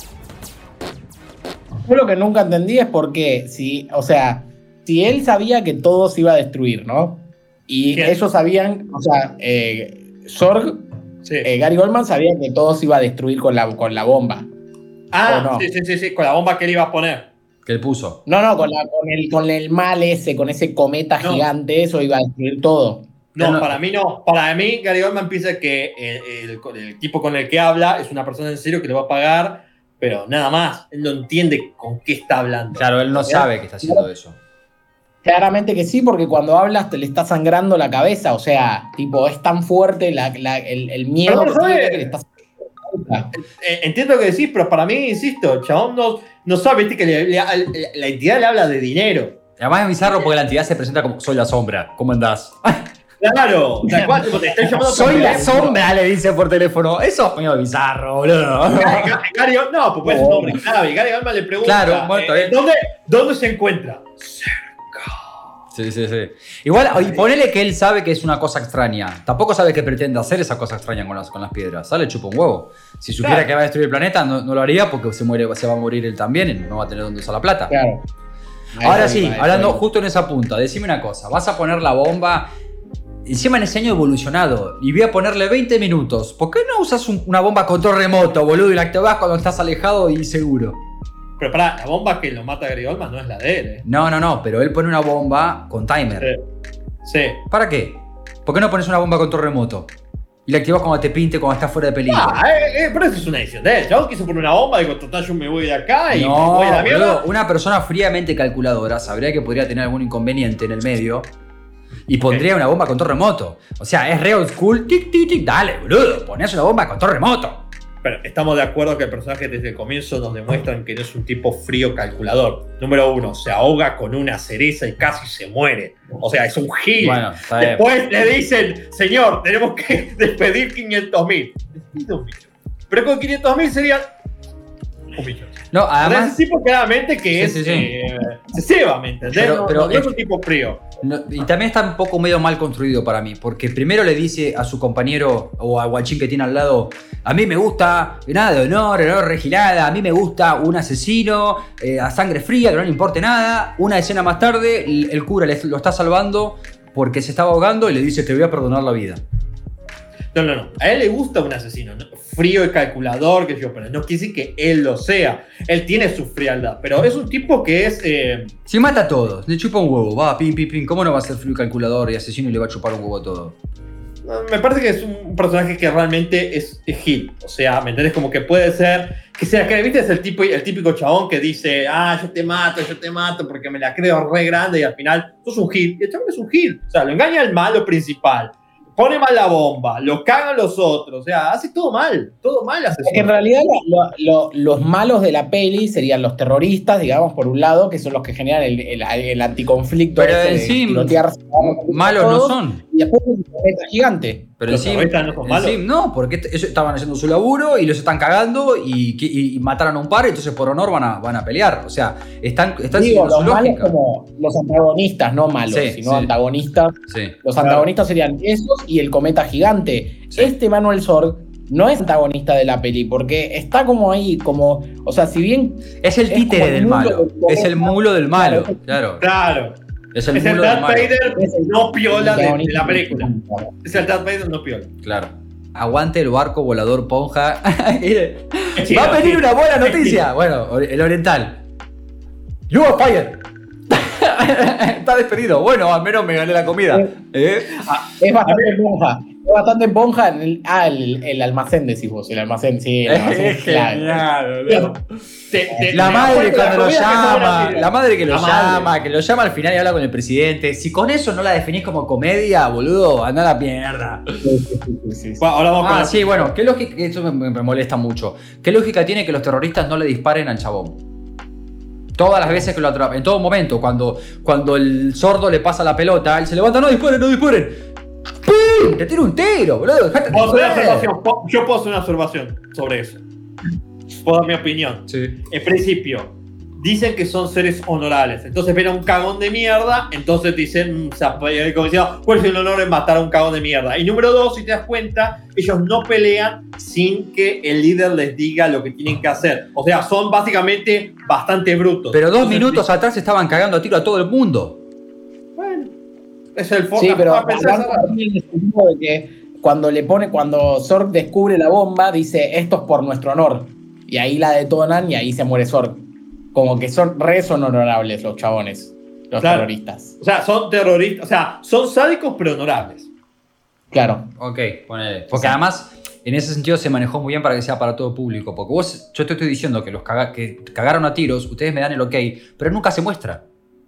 [SPEAKER 2] Yo lo que nunca entendí es por qué, si, o sea, si él sabía que todo se iba a destruir, ¿no? Y
[SPEAKER 1] ¿Quién?
[SPEAKER 2] ellos sabían, o sea, eh, Sorg,
[SPEAKER 1] Sí.
[SPEAKER 2] eh, Gary Oldman sabía que todo se iba a destruir con la, con la bomba.
[SPEAKER 1] ah,
[SPEAKER 2] ¿o no?
[SPEAKER 1] sí, sí, sí, sí, con la bomba que le iba a poner.
[SPEAKER 4] Que él puso.
[SPEAKER 2] No, no, con, la, con, el, con el mal ese, con ese cometa
[SPEAKER 1] No.
[SPEAKER 2] gigante, eso iba a destruir todo.
[SPEAKER 1] No,
[SPEAKER 4] Él no-
[SPEAKER 1] para mí no. Para mí, Gary Oldman piensa que el, el- el tipo con el que habla es una persona en serio que le va a pagar, pero nada más. Él no entiende con qué está hablando.
[SPEAKER 4] Claro, él no sabe que está haciendo eso.
[SPEAKER 2] Claramente que sí, porque cuando hablas te le está sangrando la cabeza, o sea, tipo, es tan fuerte la, la- el, el miedo
[SPEAKER 1] Pero
[SPEAKER 2] que
[SPEAKER 1] no
[SPEAKER 2] tiene
[SPEAKER 1] sabe.
[SPEAKER 2] que le está sangrando la cabeza.
[SPEAKER 1] Eh, entiendo lo que decís, pero para mí, insisto, el chabón no, no sabe, viste, que le- le- la entidad le habla de dinero.
[SPEAKER 4] Además es bizarro porque la entidad se presenta como soy la sombra. ¿Cómo andás?
[SPEAKER 1] Claro, tal cual, tipo, te estoy llamando por
[SPEAKER 4] Soy la
[SPEAKER 1] teléfono.
[SPEAKER 4] sombra, le dice por teléfono. Eso es medio bizarro, boludo.
[SPEAKER 1] Gary, Gary Oldman- no, pues puede ser un nombre clave. Gary Oldman le pregunta,
[SPEAKER 4] Claro, bueno, está
[SPEAKER 1] eh,
[SPEAKER 4] bien.
[SPEAKER 1] ¿dónde, ¿dónde se encuentra?
[SPEAKER 4] Sí, sí, sí. Igual, y ponele que él sabe que es una cosa extraña. Tampoco sabe que pretende hacer esa cosa extraña con las, con las piedras. Sale, chupa un huevo. Si supiera
[SPEAKER 1] Claro.
[SPEAKER 4] que va a destruir el planeta, no, no lo haría porque se muere, se va a morir él también y no va a tener dónde usar la plata.
[SPEAKER 2] Claro. A
[SPEAKER 4] Ahora
[SPEAKER 2] eso
[SPEAKER 4] sí,
[SPEAKER 2] iba, a eso
[SPEAKER 4] hablando
[SPEAKER 2] iba.
[SPEAKER 4] justo en esa punta, decime una cosa. Vas a poner la bomba. Encima en ese año evolucionado. Y voy a ponerle veinte minutos. ¿Por qué no usas un- una bomba con torre remoto, boludo? Y la activás cuando estás alejado y seguro.
[SPEAKER 1] Pero pará, la bomba que lo mata a Gary Oldman no es la de él, ¿eh?
[SPEAKER 4] No, no, no. Pero él pone una bomba con timer.
[SPEAKER 1] Sí.
[SPEAKER 4] ¿Para qué? ¿Por qué no pones una bomba con torre remoto? Y la activás cuando te pinte, cuando estás fuera de peligro.
[SPEAKER 1] Ah, eh, eh, pero eso es una edición de él. Chabón quiso poner una bomba y digo, total, yo me voy de acá y
[SPEAKER 4] No,
[SPEAKER 1] me voy a la mierda.
[SPEAKER 4] boludo, una persona fríamente calculadora sabría que podría tener algún inconveniente en el medio y pondría una bomba con torre remoto. O sea, es re old school, tic, tic, tic, dale, boludo, ponés una bomba con torre remoto.
[SPEAKER 1] pero estamos de acuerdo que el personaje desde el comienzo nos demuestran que no es un tipo frío calculador. Número uno, se ahoga con una cereza y casi se muere. O sea, es un gil.
[SPEAKER 4] Bueno, está bien.
[SPEAKER 1] Después le dicen, señor, tenemos que despedir quinientos mil. Pero con quinientos mil sería un millón.
[SPEAKER 4] No, además...
[SPEAKER 1] Es un tipo claramente que
[SPEAKER 4] Sí,
[SPEAKER 1] es...
[SPEAKER 4] sí, sí.
[SPEAKER 1] Eh, se ceba, ¿me entendés?
[SPEAKER 4] Pero-
[SPEAKER 1] no,
[SPEAKER 4] pero
[SPEAKER 1] no, no es
[SPEAKER 4] es-
[SPEAKER 1] un tipo frío.
[SPEAKER 4] No, y también está un poco medio mal construido para mí, porque primero le dice a su compañero o al guachín que tiene al lado, a mí me gusta nada de honor, honor regilada, a mí me gusta un asesino eh, a sangre fría, que no le importe nada. Una escena más tarde, el, el cura le, lo está salvando porque se estaba ahogando y le dice, te voy a perdonar la vida.
[SPEAKER 1] No, no, no. A él le gusta un asesino, ¿no? Frío y calculador, que yo, pero no quiere decir que él lo sea. Él tiene su frialdad, pero es un tipo que es... Eh,
[SPEAKER 4] Si mata a todos, le chupa un huevo, va, pim, pim, pim, ¿cómo no va a ser frío y calculador y asesino y le va a chupar un huevo a todo?
[SPEAKER 1] me parece que es un personaje que realmente es, es Gil. O sea, ¿me entendés? Como que puede ser... Que sea que, ¿viste? Es el, tipo, el típico chabón que dice, ah, yo te mato, yo te mato, porque me la creo re grande y al final sos un Gil. Y el chabón es un Gil. O sea, lo engaña el malo principal. Pone mal la bomba, lo cagan los otros, o sea, hace todo mal, todo mal hace.
[SPEAKER 2] Es que en realidad lo, lo, los malos de la peli serían los terroristas, digamos, por un lado, que son los que generan el, el, el anticonflicto.
[SPEAKER 4] Pero
[SPEAKER 2] ese
[SPEAKER 4] en
[SPEAKER 2] de
[SPEAKER 4] sí,
[SPEAKER 2] tirotearse,
[SPEAKER 4] malos no son.
[SPEAKER 2] Y después el planeta gigante.
[SPEAKER 4] Pero
[SPEAKER 1] Los
[SPEAKER 4] encima,
[SPEAKER 1] terroristas no son malos.
[SPEAKER 4] encima- no, porque t- ellos estaban haciendo su laburo y los están cagando y, y- y mataron a un par, entonces por honor van a, van a pelear. O sea, están, están
[SPEAKER 2] Digo,
[SPEAKER 4] siguiendo
[SPEAKER 2] los
[SPEAKER 4] su
[SPEAKER 2] malos
[SPEAKER 4] lógica.
[SPEAKER 2] como los antagonistas, no malos,
[SPEAKER 4] Sí,
[SPEAKER 2] sino
[SPEAKER 4] sí.
[SPEAKER 2] antagonistas.
[SPEAKER 4] Sí.
[SPEAKER 2] Los
[SPEAKER 1] Claro.
[SPEAKER 2] antagonistas serían esos y el cometa gigante.
[SPEAKER 4] Sí.
[SPEAKER 2] Este Manuel Sorg no es antagonista de la peli, porque está como ahí, como, o sea, si bien
[SPEAKER 4] Es el
[SPEAKER 2] Es
[SPEAKER 4] títere
[SPEAKER 2] como el
[SPEAKER 4] del
[SPEAKER 2] mulo
[SPEAKER 4] malo.
[SPEAKER 2] del
[SPEAKER 4] Es el mulo del malo, claro.
[SPEAKER 1] Claro.
[SPEAKER 4] Es el
[SPEAKER 1] Es el
[SPEAKER 4] mulo del
[SPEAKER 1] Darth
[SPEAKER 4] malo.
[SPEAKER 1] Vader
[SPEAKER 2] es el
[SPEAKER 1] no piola de, de
[SPEAKER 2] antagonista
[SPEAKER 1] la película.
[SPEAKER 2] principal.
[SPEAKER 1] Es el Darth Vader no piola.
[SPEAKER 4] Claro. Aguante el barco volador Ponja. Mire,
[SPEAKER 1] Es chido,
[SPEAKER 4] Va a venir
[SPEAKER 1] sí.
[SPEAKER 4] una buena
[SPEAKER 1] Es
[SPEAKER 4] noticia.
[SPEAKER 1] chido.
[SPEAKER 4] Bueno, el oriental. You are fired. Está despedido. Bueno, al menos me gané la comida. ¿Eh?
[SPEAKER 2] Es bastante esponja. Es bastante esponja. en el- ah, el, el almacén, decís vos. El almacén, sí. El almacén
[SPEAKER 4] Es
[SPEAKER 2] es clave.
[SPEAKER 4] genial, boludo.
[SPEAKER 1] Te- te-
[SPEAKER 4] La
[SPEAKER 1] me
[SPEAKER 4] madre
[SPEAKER 1] acuerdo de
[SPEAKER 4] cuando lo
[SPEAKER 1] comida que
[SPEAKER 4] llama,
[SPEAKER 1] sobra,
[SPEAKER 4] la madre que lo
[SPEAKER 1] La madre.
[SPEAKER 4] llama, que lo llama al final y habla con el presidente. Si con eso no la definís como comedia, boludo, anda a la mierda.
[SPEAKER 2] Sí, sí, sí, sí, sí.
[SPEAKER 1] Bueno, ahora vamos con
[SPEAKER 4] Ah,
[SPEAKER 1] la-
[SPEAKER 4] sí, bueno, ¿qué lógica? Eso me, me molesta mucho. ¿Qué lógica tiene que los terroristas no le disparen al chabón? Todas las veces que lo atrapan, en todo momento, cuando, cuando el sordo le pasa la pelota, él se levanta, no disparen, no disparen. ¡Pum! Te tira un tiro, boludo. Dejate
[SPEAKER 1] Puedo hacer una
[SPEAKER 4] joder.
[SPEAKER 1] observación, po- Yo puedo hacer una observación sobre eso. Puedo dar mi opinión.
[SPEAKER 4] Sí.
[SPEAKER 1] En principio, dicen que son seres honorables. Entonces ven a un cagón de mierda, entonces dicen, mm, o sea, como decía, ¿cuál es el honor de matar a un cagón de mierda? Y número dos, si te das cuenta, ellos no pelean sin que el líder les diga lo que tienen que hacer. O sea, son básicamente bastante brutos.
[SPEAKER 4] Pero dos
[SPEAKER 1] Entonces,
[SPEAKER 4] minutos atrás estaban cagando a tiro a todo el mundo.
[SPEAKER 1] Bueno, es el foco.
[SPEAKER 2] Sí, pero hablando también en el sentido de que cuando le pone, cuando Sorg descubre la bomba, dice esto es por nuestro honor. Y ahí la detonan y ahí se muere Sorg. Como que son re son honorables los chabones, los
[SPEAKER 1] Claro.
[SPEAKER 2] terroristas.
[SPEAKER 1] O sea, son terroristas, o sea, son sádicos pero honorables.
[SPEAKER 2] Claro.
[SPEAKER 4] Ok, ponele. Porque además, en ese sentido se manejó muy bien para que sea para todo público. Porque vos, yo te estoy diciendo que los caga- que cagaron a tiros, ustedes me dan el ok, pero nunca se muestra.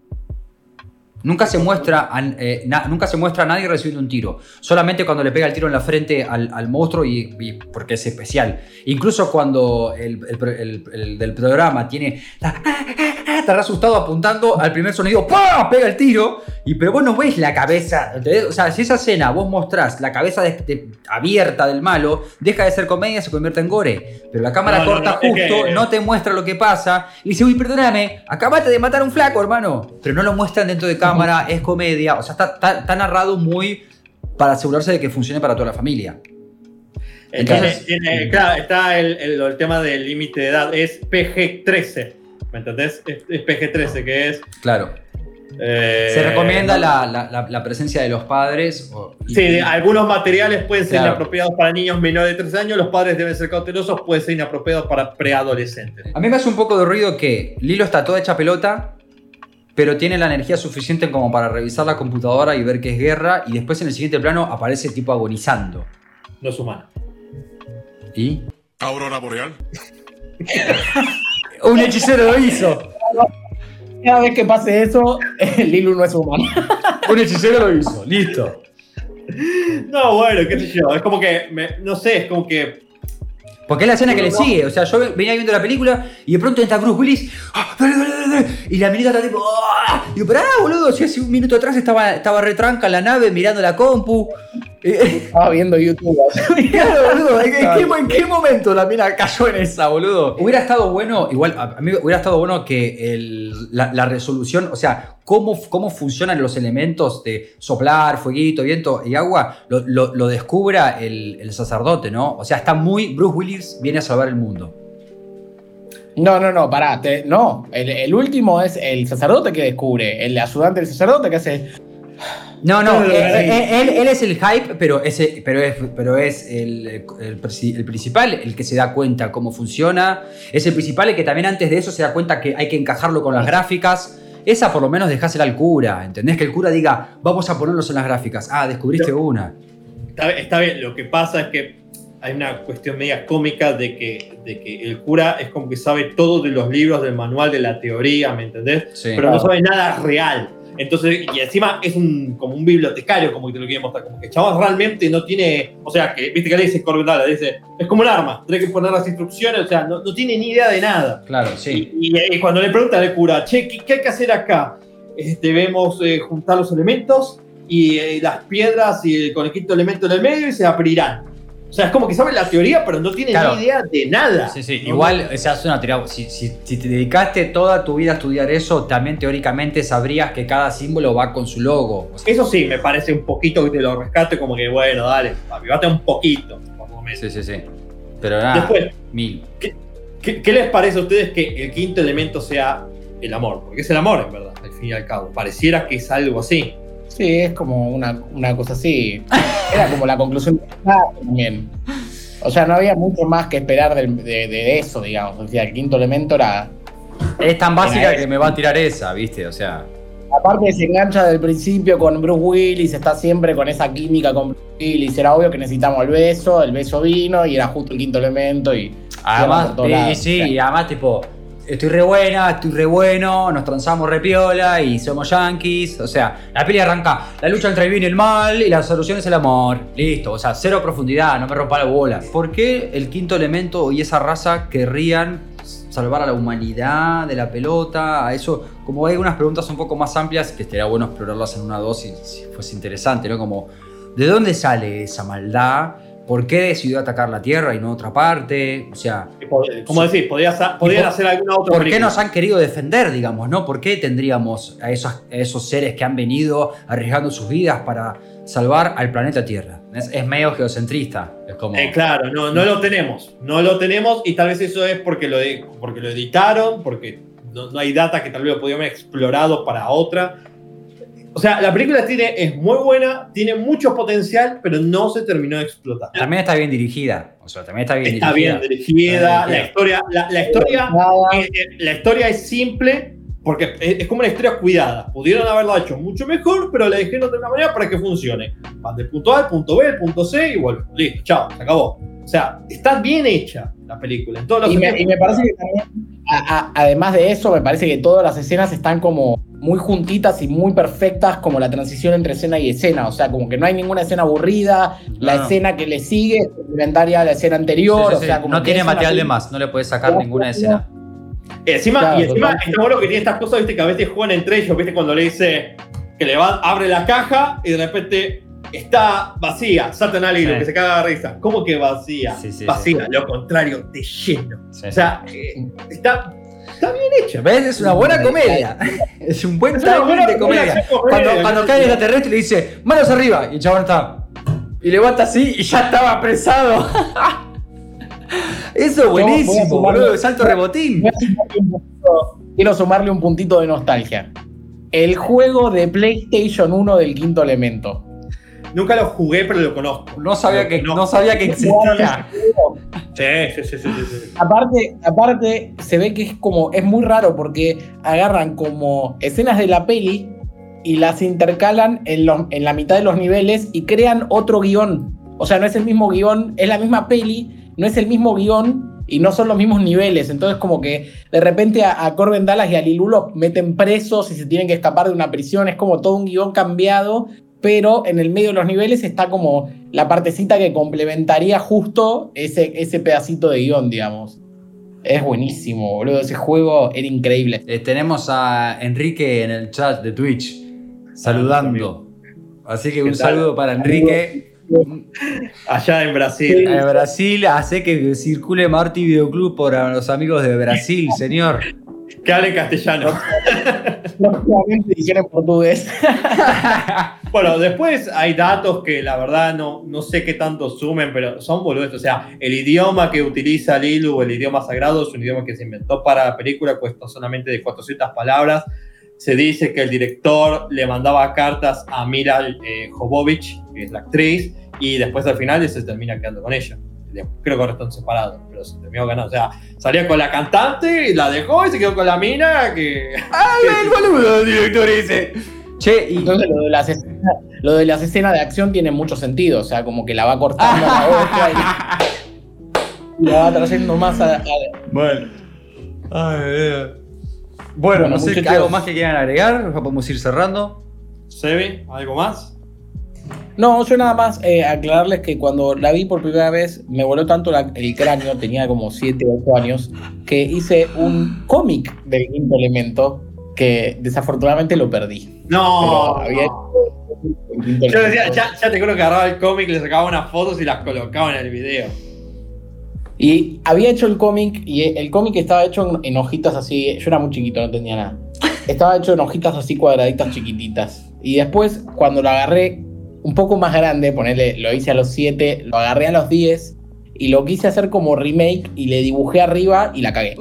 [SPEAKER 4] Nunca se muestra a, eh, na- nunca se muestra a nadie recibiendo un tiro. Solamente cuando le pega el tiro en la frente al, al monstruo y, y porque es especial. Incluso cuando el, el pro- el- el del programa tiene está, está re asustado apuntando al primer sonido, ¡pam! Pega el tiro. Y pero vos no ves la cabeza. ¿Entendés? O sea, si esa escena vos mostrás la cabeza de- de- abierta del malo, deja de ser comedia, se convierte en gore. Pero la cámara
[SPEAKER 1] No, no,
[SPEAKER 4] corta
[SPEAKER 1] no, es
[SPEAKER 4] justo,
[SPEAKER 1] que-
[SPEAKER 4] no te muestra lo que pasa. Y dice, uy, perdóname, acabaste de matar a un flaco, hermano. Pero no lo muestran dentro de cámara, es comedia. O sea, está, está- está narrado muy para asegurarse de que funcione para toda la familia.
[SPEAKER 1] Entonces,
[SPEAKER 4] Entonces-
[SPEAKER 1] tiene, claro, está el, el- el tema del límite de edad, es P G trece, ¿me entendés? Es, es P G trece, que es...
[SPEAKER 4] Claro.
[SPEAKER 1] eh,
[SPEAKER 4] Se recomienda la, la- la- la presencia de los padres. o- y-
[SPEAKER 1] Sí, de- algunos materiales pueden ser
[SPEAKER 4] Claro.
[SPEAKER 1] inapropiados para niños menores de trece años, los padres deben ser cautelosos, pueden ser inapropiados para preadolescentes.
[SPEAKER 4] A mí me hace un poco de ruido que Lilo está toda hecha pelota, pero tiene la energía suficiente como para revisar la computadora y ver que es guerra, y después en el siguiente plano aparece tipo agonizando.
[SPEAKER 1] No es humano.
[SPEAKER 4] ¿Y?
[SPEAKER 5] Aurora Boreal.
[SPEAKER 4] Un hechicero lo hizo.
[SPEAKER 2] Cada vez que pase eso, Lilu no es humano.
[SPEAKER 4] Un hechicero lo hizo. Listo.
[SPEAKER 1] No, bueno, qué sé yo, es como que, me- no sé, es como que...
[SPEAKER 4] Porque es la escena que le sigue. O sea, yo venía viendo la película y de pronto entra Bruce Willis. ¡Ah, dale, dale, dale! Y la minita está tipo. ¡Ah! Y yo, pará, boludo. Si hace un minuto atrás estaba, estaba retranca en la nave mirando la compu.
[SPEAKER 2] Estaba viendo YouTube.
[SPEAKER 4] Claro, boludo. ¿En, en, qué, ¿En qué momento la mina cayó en esa, boludo? Hubiera estado bueno, igual, a mí hubiera estado bueno que el, la, la resolución, o sea, cómo, cómo funcionan los elementos de soplar, fueguito, viento y agua, lo, lo, lo descubra el, el sacerdote, ¿no? O sea, está muy. Bruce Willis viene a salvar el mundo.
[SPEAKER 2] No, no, no, pará. Te, no, el, el último es el sacerdote que descubre. El ayudante del sacerdote que hace.
[SPEAKER 4] No, no, él, él, él es el hype, pero, ese, pero es, pero es el, el, el principal, el que se da cuenta cómo funciona. Es el principal el que también antes de eso se da cuenta que hay que encajarlo con las gráficas. Esa por lo menos dejásela al cura, ¿entendés? Que el cura diga, vamos a ponerlos en las gráficas. Ah, descubriste no, una.
[SPEAKER 1] Está, está bien, lo que pasa es que hay una cuestión media cómica de que, de que el cura es como que sabe todo de los libros, del manual, de la teoría, ¿me entendés? Sí, pero claro. No sabe nada real. Entonces, y encima es un, como un bibliotecario, como que te lo quiere mostrar, como que el chabón realmente no tiene, o sea, que viste que le dice Corbin Dallas, dice, es como un arma, tiene que poner las instrucciones, o sea, no, no tiene ni idea de nada.
[SPEAKER 4] Claro, sí.
[SPEAKER 1] Y, y, y cuando le pregunta al cura, che, ¿qué, qué hay que hacer acá? Este, debemos eh, juntar los elementos y eh, las piedras y el, con el quinto elemento en el medio y se abrirán. O sea, es como que sabe la teoría, pero no tiene claro. ni idea de nada.
[SPEAKER 4] Sí, sí. ¿No? Igual, o sea, es una teoría. Si, si, si te dedicaste toda tu vida a estudiar eso, también teóricamente sabrías que cada símbolo va con su logo. O sea,
[SPEAKER 1] eso sí, me parece un poquito que te lo rescate, como que, bueno, dale, avivate un poquito, por lo menos.
[SPEAKER 4] Sí, sí, sí. Pero nada,
[SPEAKER 1] después,
[SPEAKER 4] mil.
[SPEAKER 1] ¿qué, qué, ¿Qué les parece a ustedes que el quinto elemento sea el amor? Porque es el amor, en verdad, al fin y al cabo. Pareciera que es algo así.
[SPEAKER 2] Sí, es como una, una cosa así. Era como la conclusión de también. O sea, no había mucho más que esperar de, de, de eso, digamos. O sea, el quinto elemento era...
[SPEAKER 4] Es tan básica que me va a tirar esa, ¿viste? O sea...
[SPEAKER 2] Aparte se engancha desde el principio con Bruce Willis, está siempre con esa química con Bruce Willis. Era obvio que necesitamos el beso, el beso vino y era justo el quinto elemento y...
[SPEAKER 4] Además, y, sí, y además tipo... Estoy re buena, estoy re bueno, nos transamos re piola y somos yankees. O sea, la peli arranca, la lucha entre el bien y el mal y la solución es el amor. Listo, o sea, cero profundidad, no me rompa la bola. ¿Por qué el quinto elemento y esa raza querrían salvar a la humanidad de la pelota? A eso, como hay unas preguntas un poco más amplias que estaría bueno explorarlas en una dosis si fuese interesante, ¿no? Como, ¿de dónde sale esa maldad? ¿Por qué decidió atacar la Tierra y no otra parte? O sea...
[SPEAKER 1] Como decís, podrían hacer alguna otra
[SPEAKER 4] ¿Por
[SPEAKER 1] película?
[SPEAKER 4] qué nos han querido defender, digamos, no? ¿Por qué tendríamos a esos, a esos seres que han venido arriesgando sus vidas para salvar al planeta Tierra? Es, es medio geocentrista. Es como...
[SPEAKER 1] Eh, claro, no, no lo tenemos. No lo tenemos y tal vez eso es porque lo, porque lo editaron, porque no, no hay data que tal vez lo podíamos haber explorado para otra... O sea, la película tiene, es muy buena, tiene mucho potencial, pero no se terminó de explotar.
[SPEAKER 4] También está bien dirigida. O sea, también está bien
[SPEAKER 1] está
[SPEAKER 4] dirigida.
[SPEAKER 1] Bien dirigida. La historia, la, la, historia, eh, la historia es simple, porque es, es como una historia cuidada. Pudieron haberlo hecho mucho mejor, pero la dijeron de una manera para que funcione. Van del punto A al punto B, al punto C y vuelven. Listo, chao, se acabó. O sea, está bien hecha la película. En todos los
[SPEAKER 2] y, me, y me parece que también, a, a, además de eso, me parece que todas las escenas están como muy juntitas y muy perfectas, como la transición entre escena y escena. O sea, como que no hay ninguna escena aburrida. No. La escena que le sigue es complementaria a la escena anterior.
[SPEAKER 4] Sí, sí, sí.
[SPEAKER 2] O sea, como
[SPEAKER 4] no tiene material de más, no le puedes sacar ninguna escena.
[SPEAKER 1] Encima, claro, y encima está bueno que tiene estas cosas, viste, que a veces juegan entre ellos, viste, cuando le dice que le va, abre la caja y de repente está vacía, saltan al hilo, sí. Que se caga de risa. ¿Cómo que vacía? Sí, sí, vacía, sí. Lo contrario, de lleno. Sí, o sea, eh, está, está bien hecho.
[SPEAKER 4] ¿Ves? Es una buena comedia. Es un buen timing de comedia. Cuando, cuando cae el extraterrestre le dice, manos arriba, y el chabón está. Y levanta así y ya estaba apresado. Eso es buenísimo, boludo, salto rebotín.
[SPEAKER 2] Quiero sumarle un puntito de nostalgia. El juego de PlayStation uno del quinto elemento.
[SPEAKER 1] Nunca lo jugué, pero lo conozco.
[SPEAKER 4] No sabía que, no. No sabía que existía.
[SPEAKER 1] Sí, sí, sí, sí, sí.
[SPEAKER 2] Aparte, aparte, se ve que es como, es muy raro porque agarran como escenas de la peli y las intercalan en, los, en la mitad de los niveles y crean otro guión. O sea, no es el mismo guión, es la misma peli, no es el mismo guión y no son los mismos niveles. Entonces como que de repente a, a Corbin Dallas y a Lilu los meten presos y se tienen que escapar de una prisión. Es como todo un guión cambiado pero en el medio de los niveles está como la partecita que complementaría justo ese, ese pedacito de guión, digamos. Es buenísimo, boludo. Ese juego era increíble.
[SPEAKER 4] Eh, tenemos a Enrique en el chat de Twitch saludando. Así que un saludo para Enrique.
[SPEAKER 1] Allá en Brasil.
[SPEAKER 4] En Brasil, hace que circule Marty Videoclub por los amigos de Brasil, señor.
[SPEAKER 1] Que hable castellano.
[SPEAKER 2] Lógicamente dijeron en portugués.
[SPEAKER 1] Bueno, después hay datos que la verdad no, no sé qué tanto sumen, pero son boludos. O sea, el idioma que utiliza Lilu, el idioma sagrado, es un idioma que se inventó para la película, cuesta solamente de cuatrocientas palabras. Se dice que el director le mandaba cartas a Mila eh, Jovovich, que es la actriz, y después al final se termina quedando con ella. Creo que ahora están separados, pero se terminó ganando. O sea, salía con la cantante y la dejó y se quedó con la mina que...
[SPEAKER 4] ¡Ah, el boludo del director ese! Che, y...
[SPEAKER 2] Entonces lo de, las escenas, lo de las escenas de acción tiene mucho sentido. O sea, como que la va cortando a la otra y, y la va trayendo más a... a...
[SPEAKER 4] Bueno. Ay, Dios. Bueno, bueno, no sé, muchachos, ¿algo más que quieran agregar? Podemos ir cerrando.
[SPEAKER 1] Sebi, ¿algo más?
[SPEAKER 2] No, yo nada más eh, aclararles que cuando la vi por primera vez me voló tanto la, el cráneo, tenía como siete u ocho años, que hice un cómic del Quinto Elemento que desafortunadamente lo perdí.
[SPEAKER 1] No,
[SPEAKER 2] había
[SPEAKER 1] no. Yo decía, ya, ya te creo que agarraba el cómic, le sacaba unas fotos y las colocaba en el video.
[SPEAKER 2] Y había hecho el cómic, y el cómic estaba hecho en, en hojitas así, yo era muy chiquito, no tenía nada. Estaba hecho en hojitas así cuadraditas chiquititas. Y después, cuando lo agarré un poco más grande, ponele, lo hice a los siete, lo agarré a los diez y lo quise hacer como remake y le dibujé arriba y la cagué.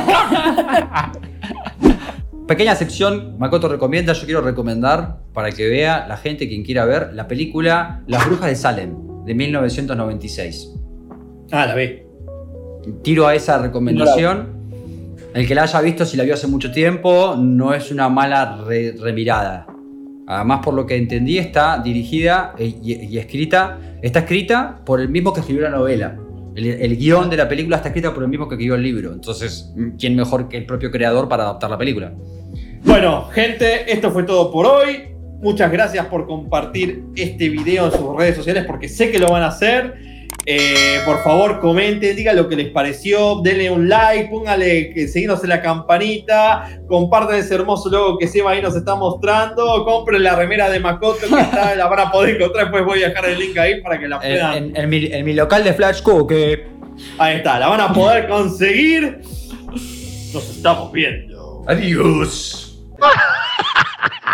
[SPEAKER 4] Pequeña sección, Makoto recomienda, yo quiero recomendar para que vea la gente, quien quiera ver, la película Las Brujas de Salem, de mil novecientos noventa y seis.
[SPEAKER 1] Ah, la vi.
[SPEAKER 4] Tiro a esa recomendación. El que la haya visto, si la vio hace mucho tiempo, no es una mala re remirada. Además, por lo que entendí, está dirigida y, y escrita, está escrita por el mismo que escribió la novela. El, el guión de la película está escrita por el mismo que escribió el libro. Entonces, ¿quién mejor que el propio creador para adaptar la película?
[SPEAKER 1] Bueno, gente, esto fue todo por hoy. Muchas gracias por compartir este video en sus redes sociales, porque sé que lo van a hacer. Eh, por favor, comenten, digan lo que les pareció, denle un like, pónganle que seguirnos en la campanita, compartan ese hermoso logo que Seba ahí nos está mostrando, compren la remera de Makoto que está, la van a poder encontrar, después voy a dejar el link ahí para que la puedan.
[SPEAKER 4] En, en, en, mi, en mi local de Flash Coke.
[SPEAKER 1] Ahí está, la van a poder conseguir. Nos estamos viendo.
[SPEAKER 4] Adiós.